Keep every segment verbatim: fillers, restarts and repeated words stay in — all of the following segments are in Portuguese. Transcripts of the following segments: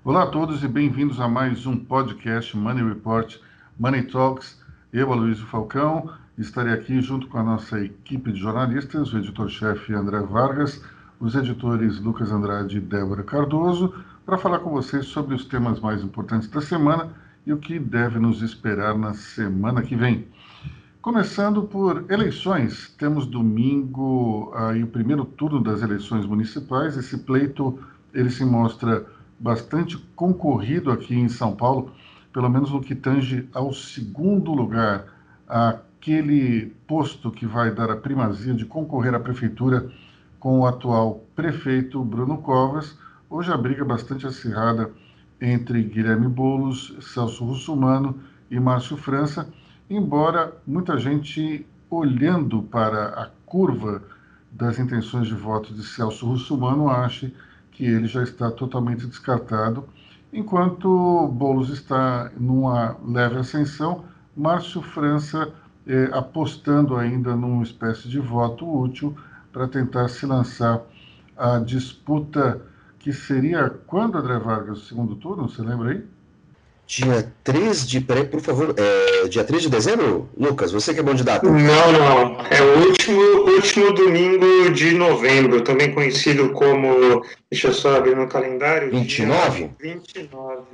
Olá a todos e bem-vindos a mais um podcast Money Report, Money Talks. Eu, Aloysio Falcão, estarei aqui junto com a nossa equipe de jornalistas, o editor-chefe André Vargas, os editores Lucas Andrade e Débora Cardoso, para falar com vocês sobre os temas mais importantes da semana e o que deve nos esperar na semana que vem. Começando por eleições, temos domingo aí o primeiro turno das eleições municipais. Esse pleito ele se mostra bastante concorrido aqui em São Paulo, pelo menos no que tange ao segundo lugar, aquele posto que vai dar a primazia de concorrer à prefeitura com o atual prefeito Bruno Covas. Hoje a briga é bastante acirrada entre Guilherme Boulos, Celso Russomano e Márcio França, embora muita gente olhando para a curva das intenções de voto de Celso Russomano ache que ele já está totalmente descartado, enquanto Boulos está numa leve ascensão, Márcio França eh, apostando ainda numa espécie de voto útil para tentar se lançar à disputa que seria quando, André Vargas, o segundo turno, você lembra aí? Dia três de. Peraí, por favor. É, dia três de dezembro? Lucas, você que é bom de data. Não, não. É o último, último domingo de novembro, também conhecido como. Deixa eu só abrir no calendário. vinte e nove? Dia vinte e nove.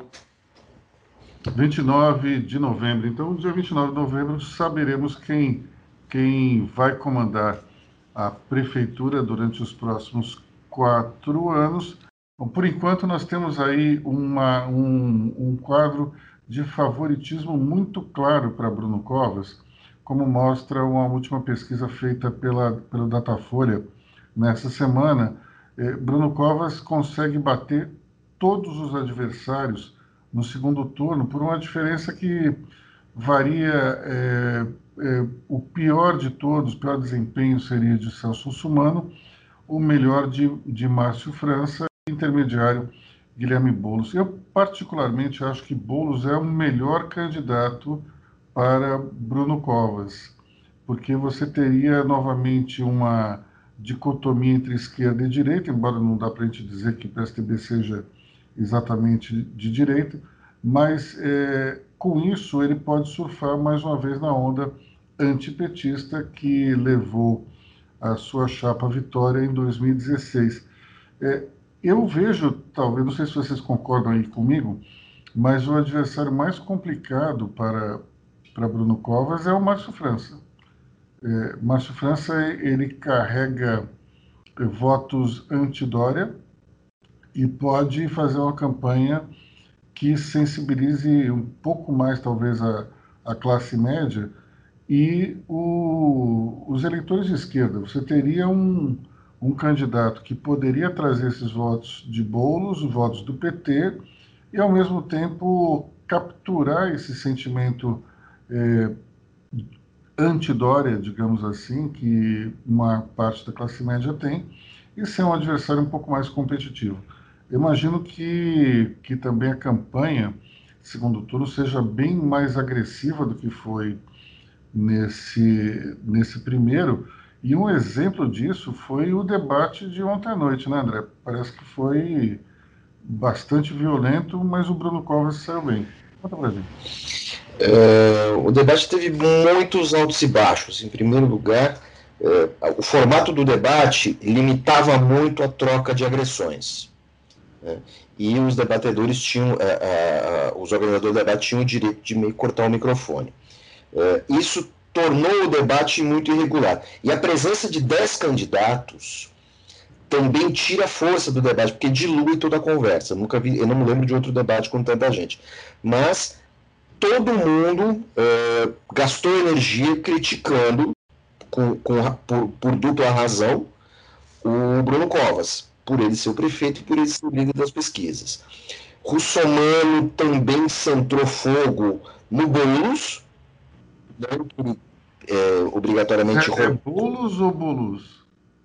vinte e nove de novembro. Então, dia vinte e nove de novembro, saberemos quem, quem vai comandar a prefeitura durante os próximos quatro anos. Bom, por enquanto, nós temos aí uma, um, um quadro de favoritismo muito claro para Bruno Covas, como mostra uma última pesquisa feita pela, pelo Datafolha nessa semana. Eh, Bruno Covas consegue bater todos os adversários no segundo turno por uma diferença que varia. É, é, o pior de todos, o pior desempenho seria de Celso Russomano, o melhor de, de Márcio França, intermediário Guilherme Boulos. Eu, particularmente, acho que Boulos é o melhor candidato para Bruno Covas, porque você teria novamente uma dicotomia entre esquerda e direita, embora não dá para a gente dizer que o P S D B seja exatamente de direita, mas é, com isso ele pode surfar mais uma vez na onda antipetista que levou a sua chapa à vitória em dois mil e dezesseis. É, eu vejo, talvez, não sei se vocês concordam aí comigo, mas o adversário mais complicado para, para Bruno Covas é o Márcio França. É, Márcio França, ele carrega votos anti-Dória e pode fazer uma campanha que sensibilize um pouco mais, talvez, a, a classe média e o, os eleitores de esquerda. Você teria um, um candidato que poderia trazer esses votos de Boulos, os votos do P T, e, ao mesmo tempo, capturar esse sentimento é, anti-Dória, digamos assim, que uma parte da classe média tem, e ser um adversário um pouco mais competitivo. Eu imagino que, que também a campanha, segundo turno, seja bem mais agressiva do que foi nesse, nesse primeiro. E um exemplo disso foi o debate de ontem à noite, né, André? Parece que foi bastante violento, mas o Bruno Covas saiu bem. Conta pra gente. É, o debate teve muitos altos e baixos. Em primeiro lugar, é, o formato do debate limitava muito a troca de agressões. Né? E os debatedores tinham, é, é, os organizadores do debate tinham o direito de meio cortar o microfone. É, isso tornou o debate muito irregular. E a presença de dez candidatos também tira a força do debate, porque dilui toda a conversa. Eu nunca vi, eu não me lembro de outro debate com tanta gente. Mas todo mundo é, gastou energia criticando, com, com, por, por dupla razão, o Bruno Covas, por ele ser o prefeito e por ele ser o líder das pesquisas. Russomano também centrou fogo no Boulos, não que ele é, obrigatoriamente É, é Boulos ou Boulos?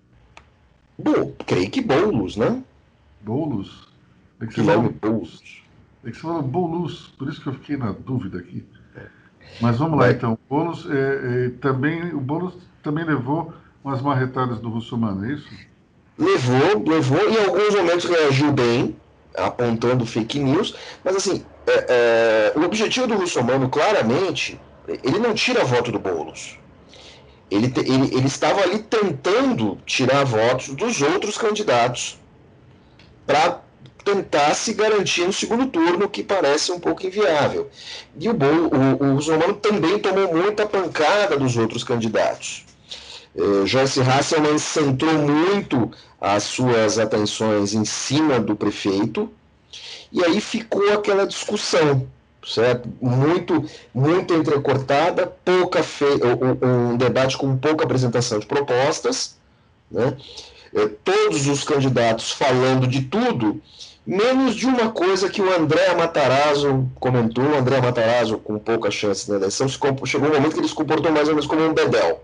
Bom, creio que Boulos, né? Boulos? É que você Guilherme falou Boulos. É que você falou Boulos, por isso que eu fiquei na dúvida aqui. Mas vamos lá Mas então. Boulos, é, é, também, o Boulos também levou umas marretadas do Russomano, é isso? levou, levou, em alguns momentos reagiu bem, apontando fake news, mas assim, é, é, o objetivo do Russomano, claramente, ele não tira voto do Boulos. Ele, ele, ele estava ali tentando tirar votos dos outros candidatos para tentar se garantir no segundo turno, que parece um pouco inviável. E o, Boulos, o, o Russomano também tomou muita pancada dos outros candidatos. Eh, Joyce Hasselmann centrou muito as suas atenções em cima do prefeito, e aí ficou aquela discussão, certo? Muito, muito entrecortada, pouca fe... um debate com pouca apresentação de propostas, né? Todos os candidatos falando de tudo, menos de uma coisa que o André Matarazzo comentou. O André Matarazzo, com pouca chance na eleição, chegou um momento que ele se comportou mais ou menos como um bedel.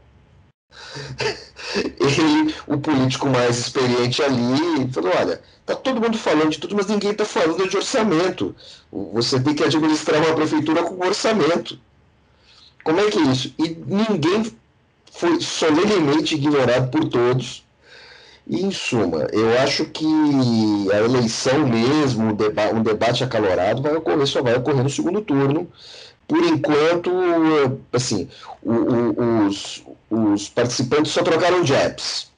Ele, o político mais experiente ali, falou: olha, tá todo mundo falando de tudo, mas ninguém tá falando de orçamento. Você tem que administrar uma prefeitura com orçamento. Como é que é isso? E ninguém foi solenemente ignorado por todos. E, em suma, eu acho que a eleição mesmo, um deba- um debate acalorado, vai ocorrer, só vai ocorrer no segundo turno. Por enquanto, assim, o, o, os, os participantes só trocaram jabs.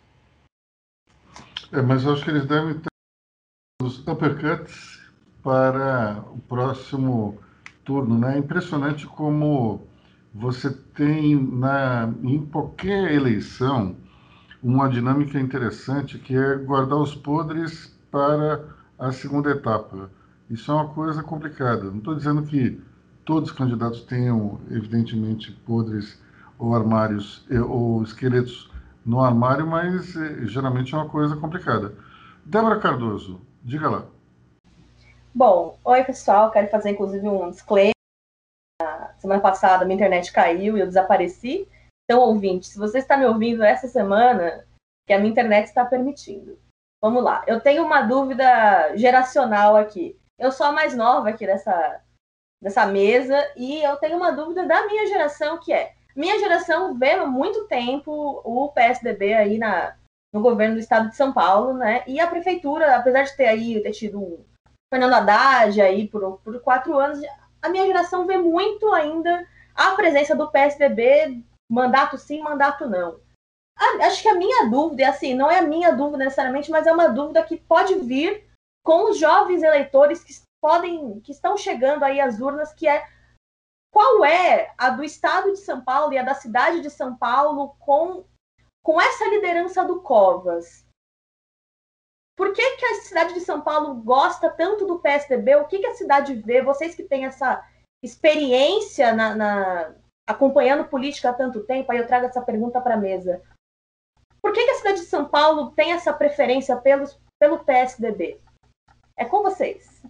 É, mas eu acho que eles devem ter os uppercuts para o próximo turno, né? É impressionante como você tem na, em qualquer eleição uma dinâmica interessante, que é guardar os podres para a segunda etapa. Isso é uma coisa complicada. Não estou dizendo que todos os candidatos tenham, evidentemente, podres ou armários ou esqueletos no armário, mas eh, geralmente é uma coisa complicada. Débora Cardoso, diga lá. Bom, oi pessoal, quero fazer inclusive um disclaimer. Semana passada minha internet caiu e eu desapareci. Então, ouvinte, se você está me ouvindo essa semana, que a minha internet está permitindo. Vamos lá, eu tenho uma dúvida geracional aqui. Eu sou a mais nova aqui dessa, dessa mesa e eu tenho uma dúvida da minha geração, que é: minha geração vê há muito tempo o P S D B aí na, no governo do estado de São Paulo, né? E a prefeitura, apesar de ter aí ter tido um Fernando Haddad aí por, por quatro anos, a minha geração vê muito ainda a presença do P S D B, mandato sim, mandato não. Acho que a minha dúvida, assim, não é a minha dúvida necessariamente, mas é uma dúvida que pode vir com os jovens eleitores que podem, que estão chegando aí às urnas, que é: qual é a do estado de São Paulo e a da cidade de São Paulo com, com essa liderança do Covas? Por que, que a cidade de São Paulo gosta tanto do P S D B? O que, que a cidade vê? Vocês que têm essa experiência na, na, acompanhando política há tanto tempo, aí eu trago essa pergunta para a mesa. Por que, que a cidade de São Paulo tem essa preferência pelos, pelo P S D B? É com vocês.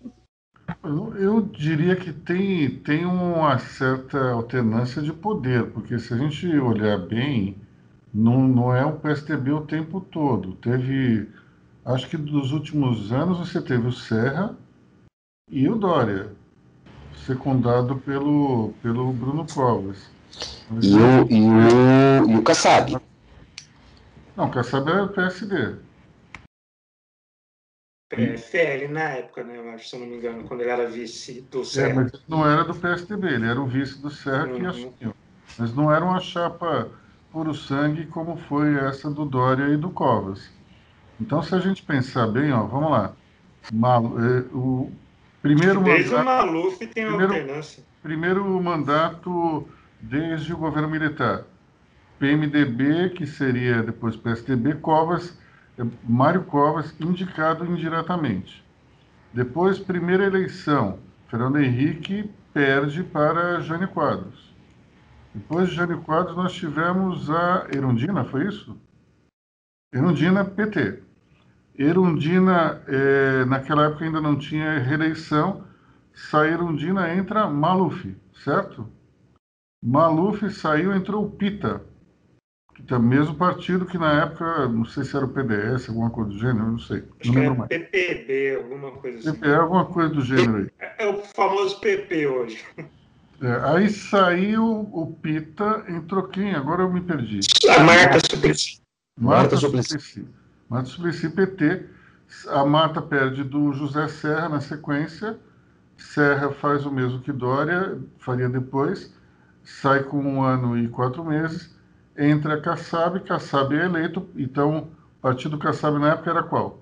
Eu, eu diria que tem, tem uma certa alternância de poder, porque se a gente olhar bem, não, não é o P S D B o tempo todo. Teve, acho que dos últimos anos você teve o Serra e o Dória, secundado pelo, pelo Bruno Covas. E o, e, o, e o Kassab. Não, Kassab era o P S D. P F L na época, né? Eu acho, se eu não me engano, quando ele era vice do Serra. É, mas não era do P S D B, ele era o vice do Serra que Uhum. assumiu. Mas não era uma chapa puro sangue como foi essa do Dória e do Covas. Então, se a gente pensar bem, ó, vamos lá. Mal, é, o primeiro Desde mandato, o Maluf tem primeiro, alternância. Primeiro mandato desde o governo militar. P M D B, que seria depois P S D B, Covas, é, Mário Covas, indicado indiretamente. Depois, primeira eleição, Fernando Henrique perde para Jânio Quadros. Depois de Jânio Quadros, nós tivemos a Erundina, foi isso? Erundina, P T. Erundina, eh, naquela época ainda não tinha reeleição, sai Erundina, entra Maluf, certo? Maluf saiu, entrou o Pita, que é o mesmo partido que na época, não sei se era o P D S, alguma coisa do gênero, não sei, Acho não que lembro é mais. P P B, alguma coisa assim. P P, alguma coisa do gênero aí. É, é o famoso P P hoje. É, aí saiu o Pita, entrou quem? Agora eu me perdi. A Marta Suplicy. Marta Marta Suplicy. Suplicy. Marta Suplicy, P T. A Marta perde do José Serra na sequência, Serra faz o mesmo que Dória faria depois, sai com um ano e quatro meses, entra Kassab, Kassab é eleito, então o partido Kassab na época era qual?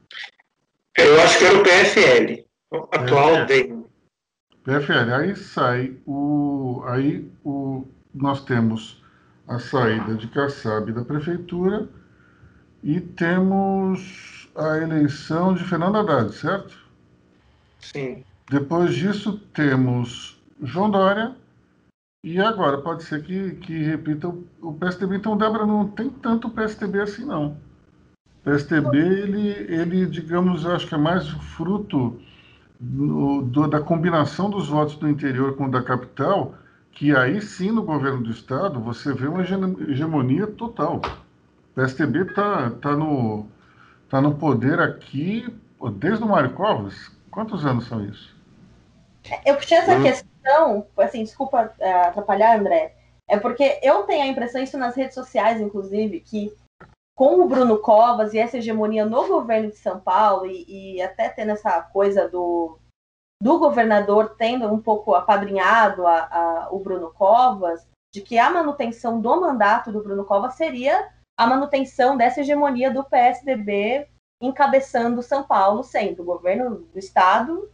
Eu acho que era o P F L, o atual D E M. P F L, aí sai o. Aí o, nós temos a saída de Kassab da prefeitura e temos a eleição de Fernando Haddad, certo? Sim. Depois disso temos João Dória e agora pode ser que, que repita o, o P S D B. Então, Débora, não tem tanto P S D B assim, não. O P S D B, ele, ele digamos, eu acho que é mais fruto no, do, da combinação dos votos do interior com o da capital, que aí sim, no governo do estado, você vê uma hegemonia total. O P S D B está tá no, tá no poder aqui desde o Mário Covas. Quantos anos são isso? Eu puxei essa questão, assim, desculpa uh, atrapalhar, André, é porque eu tenho a impressão, isso nas redes sociais, inclusive, que com o Bruno Covas e essa hegemonia no governo de São Paulo, e, e até tendo essa coisa do, do governador tendo um pouco apadrinhado a, a, o Bruno Covas, de que a manutenção do mandato do Bruno Covas seria a manutenção dessa hegemonia do P S D B encabeçando São Paulo sempre. O governo do estado,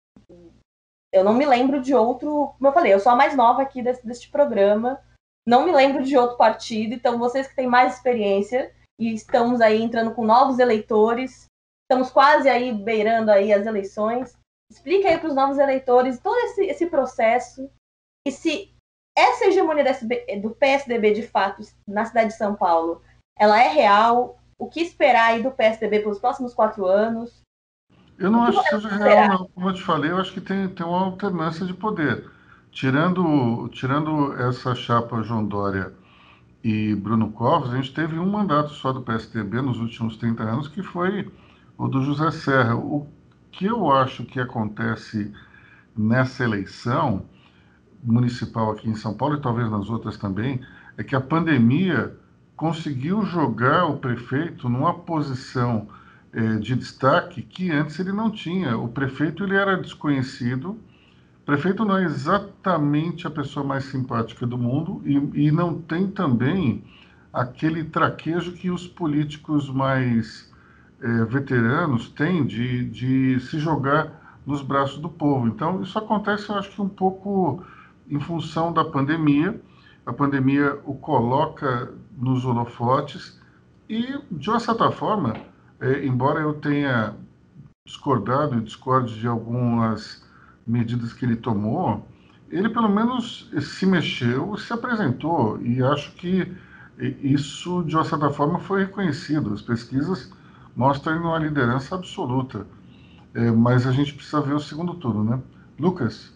eu não me lembro de outro, como eu falei, eu sou a mais nova aqui desse, deste programa, não me lembro de outro partido, então vocês que têm mais experiência e estamos aí entrando com novos eleitores, estamos quase aí beirando aí as eleições, explica aí para os novos eleitores todo esse, esse processo e se essa hegemonia do P S D B de fato na cidade de São Paulo, ela é real, o que esperar aí do P S D B pelos próximos quatro anos? Eu não acho que seja real, não. Como eu te falei, eu acho que tem, tem uma alternância de poder. Tirando, tirando essa chapa João Dória e Bruno Covas, a gente teve um mandato só do P S D B nos últimos trinta anos, que foi o do José Serra. O que eu acho que acontece nessa eleição municipal aqui em São Paulo, e talvez nas outras também, é que a pandemia conseguiu jogar o prefeito numa posição eh, de destaque que antes ele não tinha. O prefeito ele era desconhecido, o prefeito não é exatamente a pessoa mais simpática do mundo e, e não tem também aquele traquejo que os políticos mais eh, veteranos têm de, de se jogar nos braços do povo. Então, isso acontece, eu acho que um pouco em função da pandemia. A pandemia o coloca nos holofotes e, de uma certa forma, eh, embora eu tenha discordado e discorde de algumas medidas que ele tomou, ele pelo menos se mexeu, se apresentou, e acho que isso, de uma certa forma, foi reconhecido. As pesquisas mostram uma liderança absoluta, é, mas a gente precisa ver o segundo turno, né? Lucas?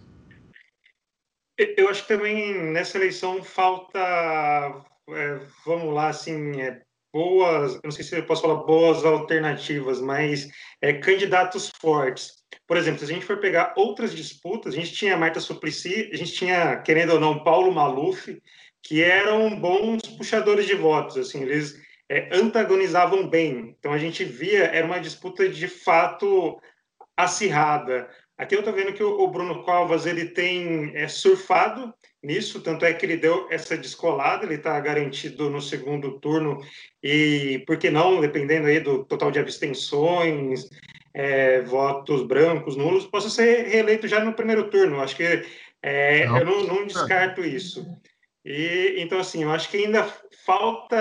Eu acho que também nessa eleição falta, é, vamos lá, assim, é, boas, eu não sei se eu posso falar boas alternativas, mas é, candidatos fortes. Por exemplo, se a gente for pegar outras disputas, a gente tinha Marta Suplicy, a gente tinha, querendo ou não, Paulo Maluf, que eram bons puxadores de votos, assim, eles é, antagonizavam bem. Então a gente via, era uma disputa de fato acirrada. Aqui eu estou vendo que o Bruno Covas ele tem é, surfado nisso, tanto é que ele deu essa descolada, ele está garantido no segundo turno e, por que não, dependendo aí do total de abstenções, é, votos brancos, nulos, possa ser reeleito já no primeiro turno. Acho que é, eu não, não descarto isso. E, então, assim, eu acho que ainda falta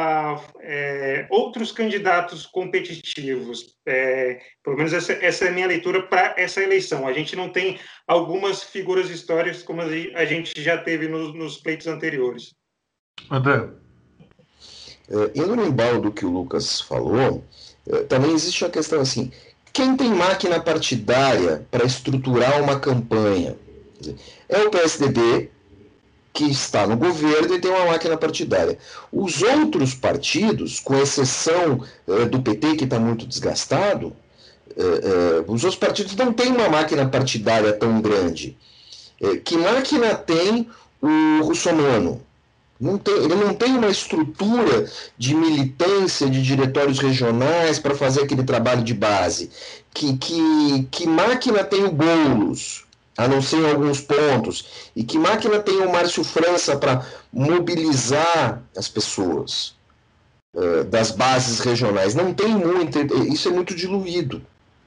é, outros candidatos competitivos. É, pelo menos essa, essa é a minha leitura para essa eleição. A gente não tem algumas figuras históricas como a gente já teve nos, nos pleitos anteriores. André? É, indo no embalo do que o Lucas falou, é, também existe a questão assim, quem tem máquina partidária para estruturar uma campanha? É o P S D B, que está no governo e tem uma máquina partidária. Os outros partidos, com exceção eh, do P T, que está muito desgastado, eh, eh, os outros partidos não têm uma máquina partidária tão grande. Eh, que máquina tem o Russomano? Não tem, ele não tem uma estrutura de militância de diretórios regionais para fazer aquele trabalho de base. Que, que, que máquina tem o Boulos, a não ser em alguns pontos? E que máquina tem o Márcio França para mobilizar as pessoas uh, das bases regionais? Não tem muito, isso é muito diluído.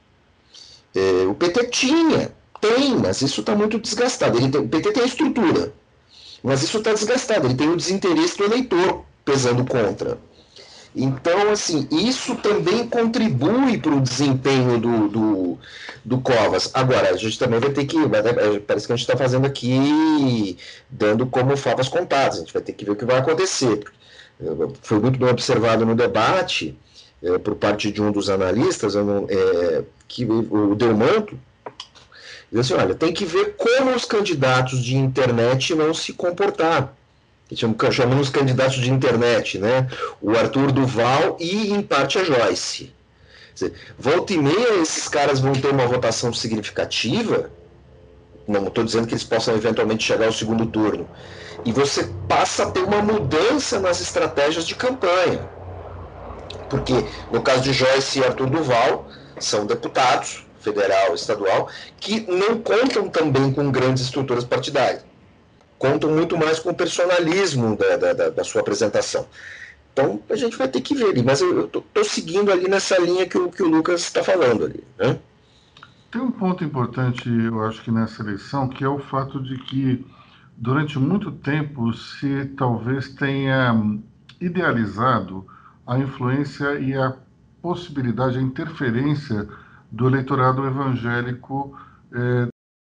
É, o P T tinha, tem, mas isso está muito desgastado. Ele tem, o P T tem a estrutura, mas isso está desgastado. Ele tem o desinteresse do eleitor pesando contra. Então, assim, isso também contribui para o desempenho do, do, do Covas. Agora, a gente também vai ter que... Parece que a gente está fazendo aqui, dando como favas contadas. A gente vai ter que ver o que vai acontecer. Foi muito bem observado no debate, é, por parte de um dos analistas, não, é, que o Delmanto, diz assim, olha, tem que ver como os candidatos de internet vão se comportar. Chamamos os candidatos de internet, né? O Arthur Duval e, em parte, a Joyce. Quer dizer, volta e meia, esses caras vão ter uma votação significativa. Não estou dizendo que eles possam eventualmente chegar ao segundo turno. E você passa a ter uma mudança nas estratégias de campanha. Porque, no caso de Joyce e Arthur Duval, são deputados, federal e estadual, que não contam também com grandes estruturas partidárias. Contam muito mais com o personalismo da, da, da sua apresentação. Então, a gente vai ter que ver ali. Mas eu estou seguindo ali nessa linha que o, que o Lucas está falando ali, né? Tem um ponto importante, eu acho que nessa eleição, que é o fato de que, durante muito tempo, se talvez tenha idealizado a influência e a possibilidade, a interferência do eleitorado evangélico. É,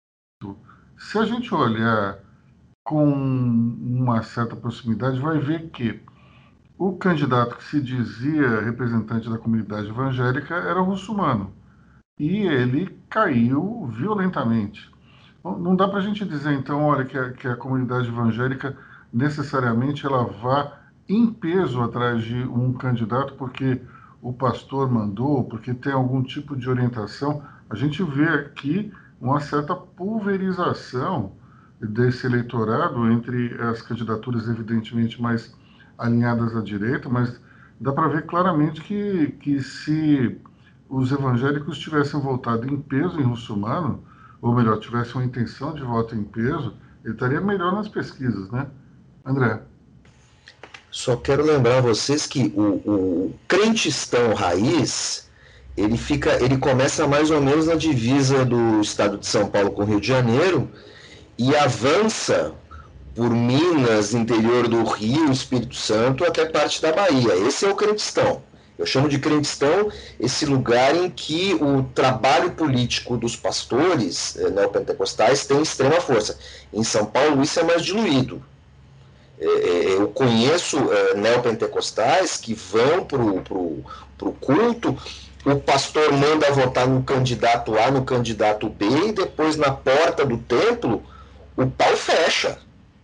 se a gente olhar com uma certa proximidade, vai ver que o candidato que se dizia representante da comunidade evangélica era o russomano. E ele caiu violentamente. Não dá para a gente dizer, então, olha, que a, que a comunidade evangélica necessariamente ela vá em peso atrás de um candidato porque o pastor mandou, porque tem algum tipo de orientação. A gente vê aqui uma certa pulverização desse eleitorado entre as candidaturas evidentemente mais alinhadas à direita, mas dá para ver claramente que, que se os evangélicos tivessem votado em peso em russomano, ou melhor, tivessem uma intenção de voto em peso, ele estaria melhor nas pesquisas, né? André? Só quero lembrar a vocês que o, o crentistão raiz, ele, fica, ele começa mais ou menos na divisa do estado de São Paulo com o Rio de Janeiro, e avança por Minas, interior do Rio, Espírito Santo, até parte da Bahia. Esse é o crentistão. Eu chamo de crentistão esse lugar em que o trabalho político dos pastores eh, neopentecostais tem extrema força. Em São Paulo isso é mais diluído. Eh, eu conheço eh, neopentecostais que vão para o culto, o pastor manda votar no candidato A, no candidato B, e depois na porta do templo o pau fecha.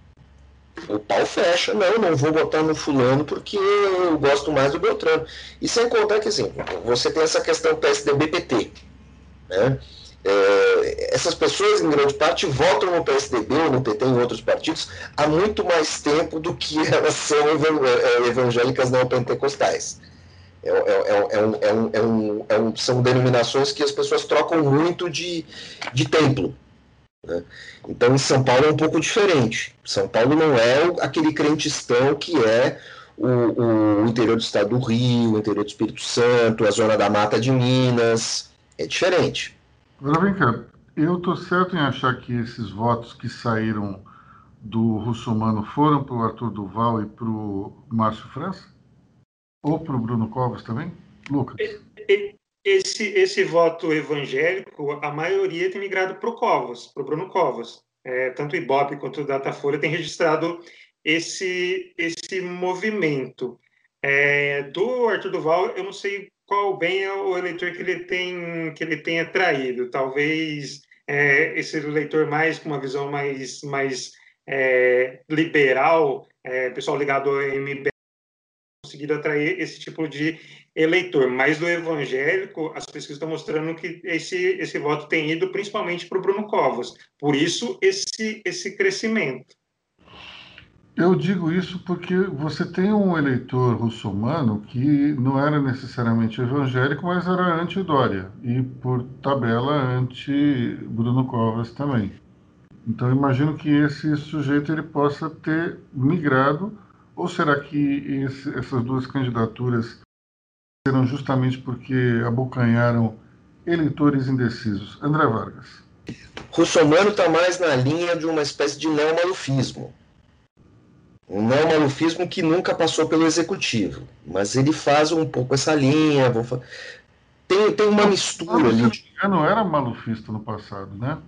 O pau fecha. Não, não vou votar no fulano porque eu gosto mais do Beltrano. E sem contar que, assim, você tem essa questão P S D B P T. Né? É, essas pessoas, em grande parte, votam no P S D B ou no P T, em outros partidos, há muito mais tempo do que elas são evangélicas não pentecostais. É, é, é, é, um, é, um, é, um, é um, são denominações que as pessoas trocam muito de, de templo. Né? Então, em São Paulo é um pouco diferente. São Paulo não é aquele crentistão que é o, o interior do estado do Rio, o interior do Espírito Santo, a zona da Mata de Minas. É diferente. Agora vem cá, eu estou certo em achar que esses votos que saíram do russomano foram para o Arthur Duval e para o Márcio França? Ou para o Bruno Covas também? Lucas? Esse, esse voto evangélico, a maioria tem migrado para o Covas, para o Bruno Covas. É, tanto o Ibope quanto o Datafolha tem registrado esse, esse movimento. É, do Arthur Duval, eu não sei qual bem é o eleitor que ele tem, que ele tem atraído. Talvez é, esse eleitor mais com uma visão mais, mais é, liberal, é, pessoal ligado ao M B, conseguido atrair esse tipo de eleitor, mas do evangélico, as pesquisas estão mostrando que esse, esse voto tem ido principalmente para o Bruno Covas. Por isso, esse, esse crescimento. Eu digo isso porque você tem um eleitor russomano que não era necessariamente evangélico, mas era anti-Dória e, por tabela, anti-Bruno Covas também. Então, eu imagino que esse sujeito ele possa ter migrado, ou será que esse, essas duas candidaturas serão justamente porque abocanharam eleitores indecisos? André Vargas. Russomano está mais na linha de uma espécie de neomalufismo. Um neomalufismo que nunca passou pelo executivo, mas ele faz um pouco essa linha. Tem, tem uma mistura Se ali. não me engano, era malufista no passado, né?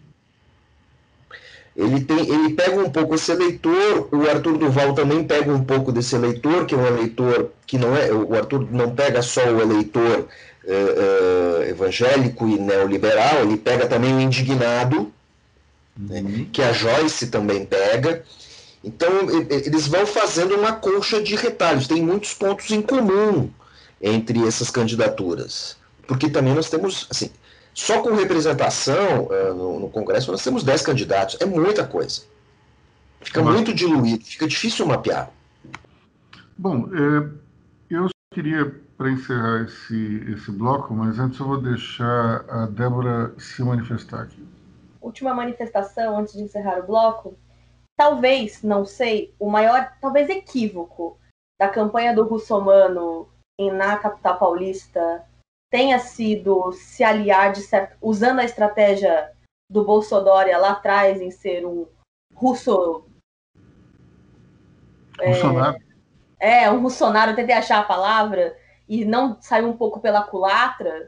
Ele, tem, ele pega um pouco esse eleitor, o Arthur Duval também pega um pouco desse eleitor, que é um eleitor que não é. O Arthur não pega só o eleitor eh, eh, evangélico e neoliberal, ele pega também o indignado, uhum. né, que a Joyce também pega. Então, eles vão fazendo uma colcha de retalhos. Tem muitos pontos em comum entre essas candidaturas. Porque também nós temos, assim, só com representação uh, no, no Congresso nós temos dez candidatos. É muita coisa. Fica Mas... muito diluído, fica difícil mapear. Bom, é, eu queria, para encerrar esse, esse bloco, mas antes eu vou deixar a Débora se manifestar aqui. Última manifestação, antes de encerrar o bloco. Talvez, não sei, o maior, talvez equívoco da campanha do russomano na capital paulista tenha sido se aliar, de certo, usando a estratégia do Bolsonaro lá atrás em ser um russo... Bolsonaro. É, é, um russonaro, eu tentei achar a palavra, e não saiu um pouco pela culatra.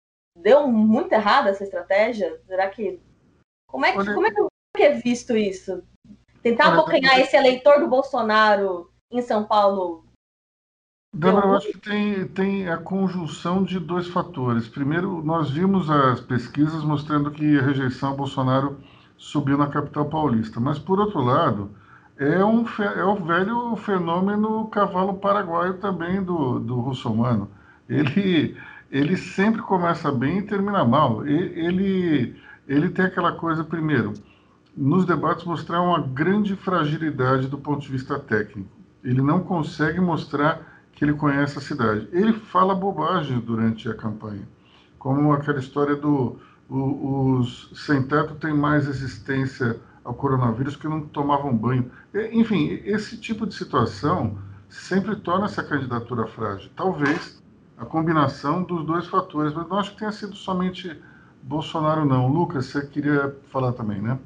Deu muito errado essa estratégia? Será que... Como é que, Olha... como é que é visto isso? Tentar abocanhar esse eleitor do Bolsonaro em São Paulo. Débora, eu acho que tem, tem a conjunção de dois fatores. Primeiro, nós vimos as pesquisas mostrando que a rejeição ao Bolsonaro subiu na capital paulista. Mas, por outro lado, é, um, é o velho fenômeno cavalo paraguaio também do, do russomano. Ele, ele sempre começa bem e termina mal. Ele, ele tem aquela coisa, primeiro, nos debates mostrar uma grande fragilidade do ponto de vista técnico. Ele não consegue mostrar que ele conhece a cidade. Ele fala bobagem durante a campanha, como aquela história do o, os sem-teto têm mais resistência ao coronavírus que não tomavam banho. Enfim, esse tipo de situação sempre torna essa candidatura frágil. Talvez a combinação dos dois fatores, mas não acho que tenha sido somente Bolsonaro, não. Lucas, você queria falar também, né?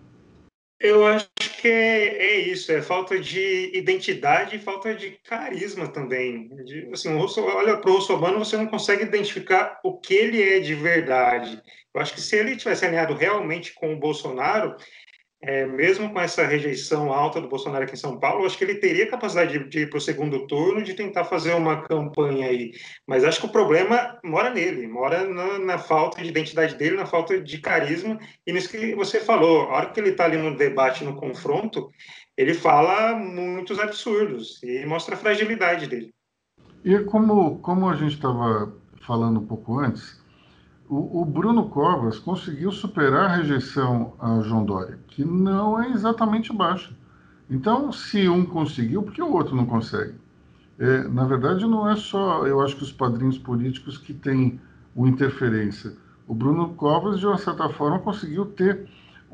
Eu acho que é, é isso, é falta de identidade e falta de carisma também. De, assim, o Russo, olha, para o russomano você não consegue identificar o que ele é de verdade. Eu acho que se ele tivesse alinhado realmente com o Bolsonaro, é, mesmo com essa rejeição alta do Bolsonaro aqui em São Paulo, eu acho que ele teria capacidade de, de ir para o segundo turno, de tentar fazer uma campanha aí. Mas acho que o problema mora nele, mora na, na falta de identidade dele, na falta de carisma, e nisso que você falou, a hora que ele está ali no debate, no confronto, ele fala muitos absurdos e mostra a fragilidade dele. E como, como a gente estava falando um pouco antes, o, o Bruno Covas conseguiu superar a rejeição a João Dória, que não é exatamente baixa. Então, se um conseguiu, por que o outro não consegue? É, na verdade, não é só, eu acho que os padrinhos políticos que têm uma interferência. O Bruno Covas, de uma certa forma, conseguiu ter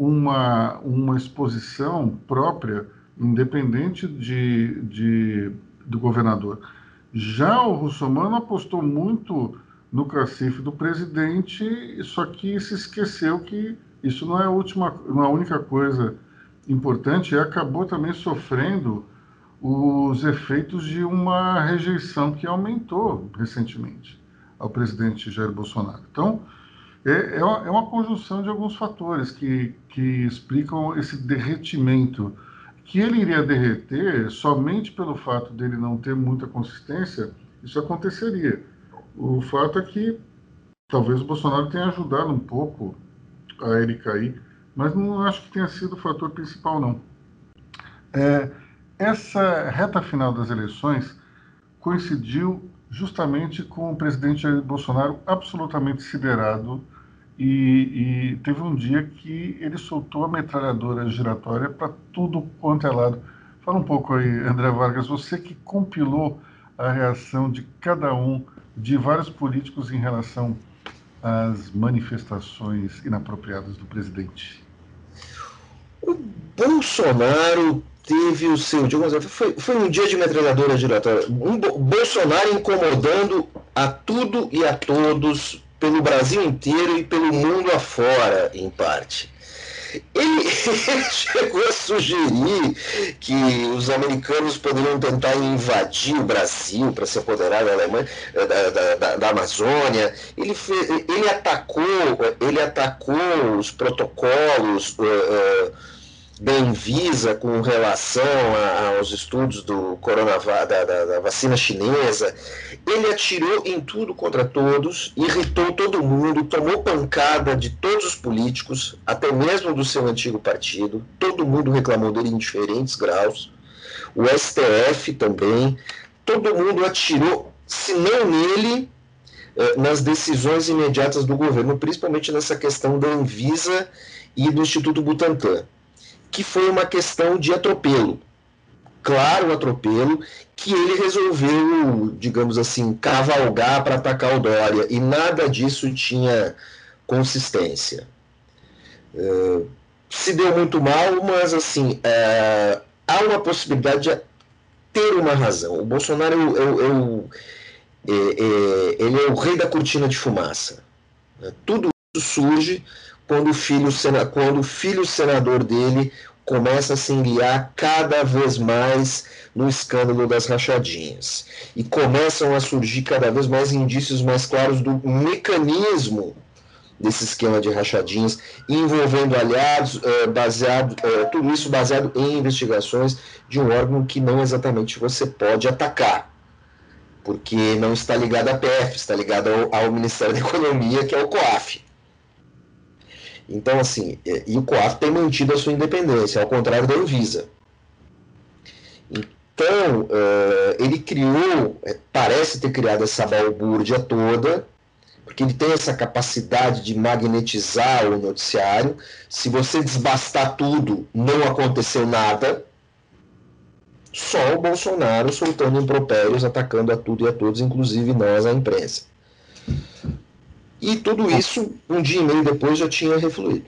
uma, uma exposição própria, independente de, de, do governador. Já o russomano apostou muito no cacife do presidente, só que se esqueceu que isso não é a, última, não é a única coisa importante, e acabou também sofrendo os efeitos de uma rejeição que aumentou recentemente ao presidente Jair Bolsonaro. Então, é, é uma conjunção de alguns fatores que, que explicam esse derretimento, que ele iria derreter somente pelo fato dele não ter muita consistência. Isso aconteceria. O fato é que talvez o Bolsonaro tenha ajudado um pouco a ele cair, mas não acho que tenha sido o fator principal, não. É, essa reta final das eleições coincidiu justamente com o presidente Jair Bolsonaro absolutamente siderado e, e teve um dia que ele soltou a metralhadora giratória para tudo quanto é lado. Fala um pouco aí, André Vargas, você que compilou a reação de cada um, de vários políticos em relação às manifestações inapropriadas do presidente. O Bolsonaro teve o seu, digamos, foi, foi um dia de metralhadora giratória. Um Bolsonaro incomodando a tudo e a todos pelo Brasil inteiro e pelo mundo afora, em parte. Ele, ele chegou a sugerir que os americanos poderiam tentar invadir o Brasil para se apoderar da Alemanha, da, da, da, da Amazônia. Ele, fez, ele atacou, ele atacou os protocolos uh, uh, da Anvisa com relação a, aos estudos do coronavírus, da, da, da vacina chinesa. Ele atirou em tudo contra todos, irritou todo mundo, tomou pancada de todos os políticos, até mesmo do seu antigo partido. Todo mundo reclamou dele em diferentes graus. O S T F também. Todo mundo atirou, se não nele, nas decisões imediatas do governo, principalmente nessa questão da Anvisa e do Instituto Butantan, que foi uma questão de atropelo. Claro, atropelo, que ele resolveu, digamos assim, cavalgar para atacar o Dória, e nada disso tinha consistência. Uh, se deu muito mal, mas assim, uh, há uma possibilidade de ter uma razão. O Bolsonaro é o, é o, é, é, ele é o rei da cortina de fumaça. Tudo isso surge quando o filho, quando o filho senador dele começa a se enliar cada vez mais no escândalo das rachadinhas. E começam a surgir cada vez mais indícios mais claros do mecanismo desse esquema de rachadinhas, envolvendo aliados, baseado, tudo isso baseado em investigações de um órgão que não exatamente você pode atacar, porque não está ligado à P F, está ligado ao, ao Ministério da Economia, que é o COAF. Então, assim, e o COAF tem mantido a sua independência, ao contrário da Anvisa. Então, uh, ele criou, parece ter criado essa balbúrdia toda, porque ele tem essa capacidade de magnetizar o noticiário. Se você desbastar tudo, não aconteceu nada. Só o Bolsonaro soltando impropérios, atacando a tudo e a todos, inclusive nós, a imprensa. E tudo isso, um dia e meio depois, já tinha refluído.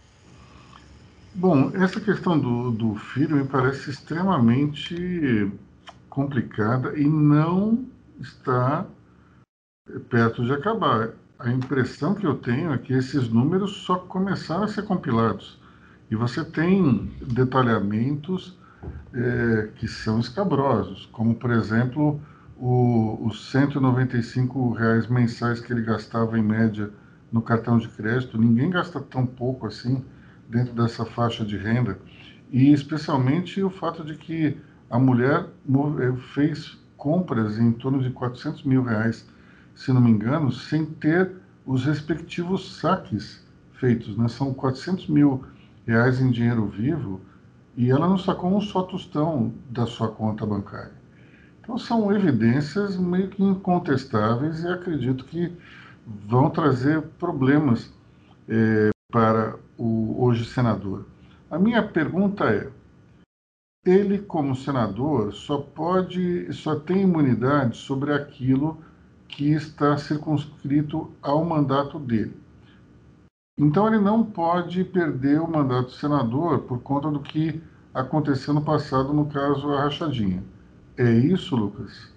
Bom, essa questão do, do filho me parece extremamente complicada e não está perto de acabar. A impressão que eu tenho é que esses números só começaram a ser compilados. E você tem detalhamentos é, que são escabrosos, como, por exemplo, o, os cento e noventa e cinco reais mensais que ele gastava em média no cartão de crédito. Ninguém gasta tão pouco assim dentro dessa faixa de renda, e especialmente o fato de que a mulher fez compras em torno de quatrocentos mil reais, se não me engano, sem ter os respectivos saques feitos, né? São quatrocentos mil reais em dinheiro vivo, e ela não sacou um só tostão da sua conta bancária. Então são evidências meio que incontestáveis, e acredito que vão trazer problemas é, para o hoje senador. A minha pergunta é: ele, como senador, só pode, só tem imunidade sobre aquilo que está circunscrito ao mandato dele. Então ele não pode perder o mandato de senador por conta do que aconteceu no passado, no caso a rachadinha. É isso, Lucas?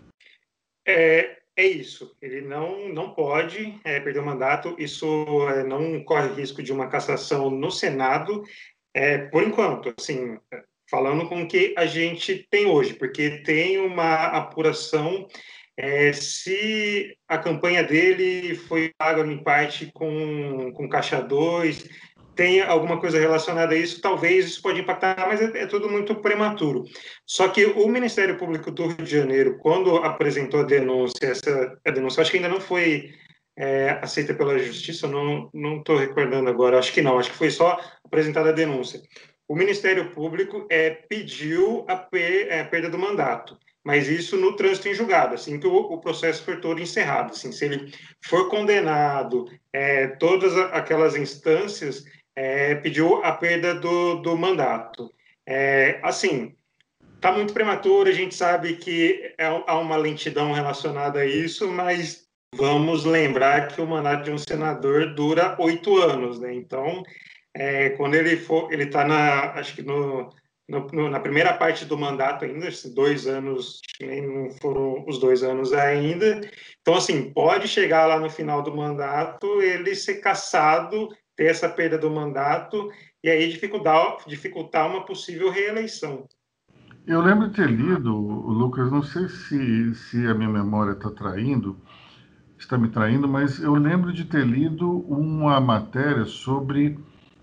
É, é isso. Ele não, não pode é, perder o mandato. Isso é, não corre risco de uma cassação no Senado, é, por enquanto. Assim, falando com o que a gente tem hoje, porque tem uma apuração é, se a campanha dele foi paga em parte com, com Caixa dois, tem alguma coisa relacionada a isso, talvez isso pode impactar, mas é, é tudo muito prematuro. Só que o Ministério Público do Rio de Janeiro, quando apresentou a denúncia, essa a denúncia acho que ainda não foi é, aceita pela Justiça, não não estou recordando agora, acho que não, acho que foi só apresentada a denúncia. O Ministério Público é, pediu a, per, é, a perda do mandato, mas isso no trânsito em julgado, assim que o, o processo for todo encerrado. Assim, se ele for condenado, é, todas aquelas instâncias é, pediu a perda do, do mandato. É, assim, tá muito prematuro, a gente sabe que é, há uma lentidão relacionada a isso, mas vamos lembrar que o mandato de um senador dura oito anos, né? Então, é, quando ele for, ele está na, acho que no, no, no, na primeira parte do mandato ainda, esses dois anos, acho que nem não foram os dois anos ainda. Então, assim, pode chegar lá no final do mandato, ele ser cassado, ter essa perda do mandato, e aí dificultar, dificultar uma possível reeleição. Eu lembro de ter lido, Lucas, não sei se, se a minha memória está traindo, está me traindo, mas eu lembro de ter lido uma matéria sobre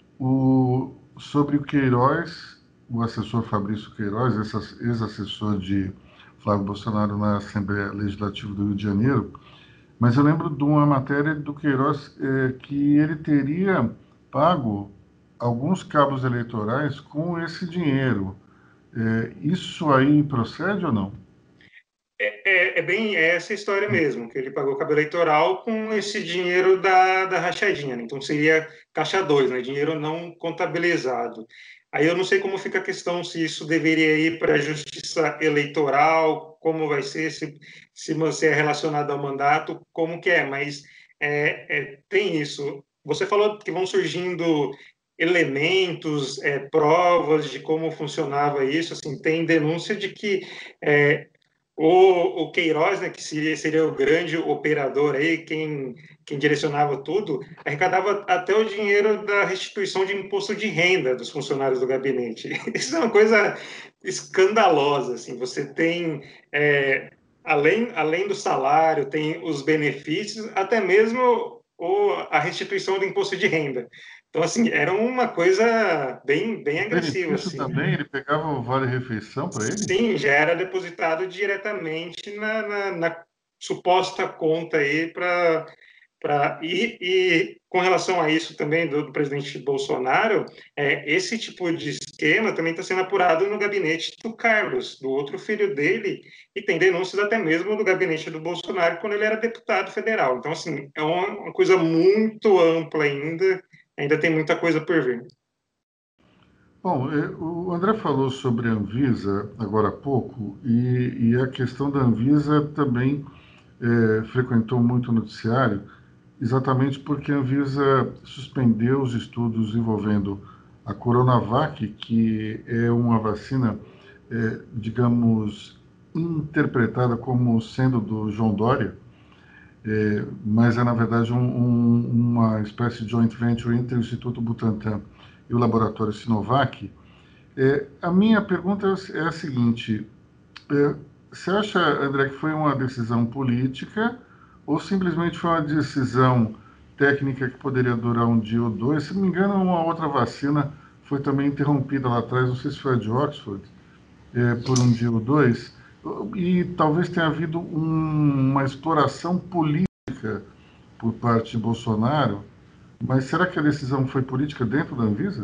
o, sobre o Queiroz, o assessor Fabrício Queiroz, ex-assessor de Flávio Bolsonaro na Assembleia Legislativa do Rio de Janeiro, mas eu lembro de uma matéria do Queiroz é, que ele teria pago alguns cabos eleitorais com esse dinheiro. É, isso aí procede ou não? É, é, é bem essa história mesmo, que ele pagou cabo eleitoral com esse dinheiro da, da rachadinha, né? Então seria caixa dois, né? Dinheiro não contabilizado. Aí eu não sei como fica a questão, se isso deveria ir para a justiça eleitoral, como vai ser, se, se você é relacionado ao mandato, como que é, mas é, é, tem isso. Você falou que vão surgindo elementos, é, provas de como funcionava isso, assim, tem denúncia de que é, o, o Queiroz, né, que seria, seria o grande operador aí, quem, quem direcionava tudo, arrecadava até o dinheiro da restituição de imposto de renda dos funcionários do gabinete. Isso é uma coisa escandalosa, assim. Você tem, é, além, além do salário, tem os benefícios, até mesmo o, a restituição do imposto de renda. Então, assim, era uma coisa bem, bem O agressiva, benefício assim. também, ele pegava o vale-refeição para ele? Sim, já era depositado diretamente na, na, na suposta conta aí para para e, e com relação a isso também do, do presidente Bolsonaro, é, esse tipo de esquema também está sendo apurado no gabinete do Carlos, do outro filho dele, e tem denúncias até mesmo do gabinete do Bolsonaro quando ele era deputado federal. Então, assim, é uma, uma coisa muito ampla ainda, ainda tem muita coisa por vir. Bom, eh, o André falou sobre a Anvisa agora há pouco, e, e a questão da Anvisa também eh, frequentou muito o noticiário, exatamente porque a Anvisa suspendeu os estudos envolvendo a Coronavac, que é uma vacina, eh, digamos, interpretada como sendo do João Dória, eh, mas é, na verdade, um, um, uma espécie de joint venture entre o Instituto Butantan e o laboratório Sinovac. É, a minha pergunta é a seguinte: é, você acha, André, que foi uma decisão política ou simplesmente foi uma decisão técnica que poderia durar um dia ou dois? Se não me engano, uma outra vacina foi também interrompida lá atrás, não sei se foi a de Oxford, é, por um dia ou dois, e talvez tenha havido um, uma exploração política por parte de Bolsonaro, mas será que a decisão foi política dentro da Anvisa?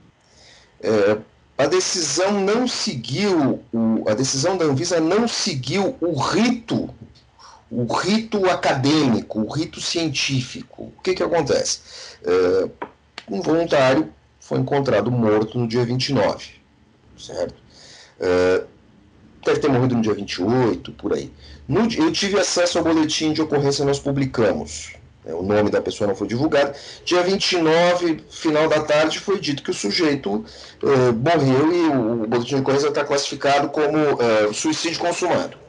É, a decisão não seguiu, o, a decisão da Anvisa não seguiu o rito, o rito acadêmico, o rito científico. O que que acontece? É, um voluntário foi encontrado morto no dia vinte e nove, certo? É, deve ter morrido no dia vinte e oito, por aí. No, eu tive acesso ao boletim de ocorrência, nós publicamos. O nome da pessoa não foi divulgado. Dia vinte e nove, final da tarde, foi dito que o sujeito eh, morreu e o boletim de ocorrência está classificado como eh, suicídio consumado.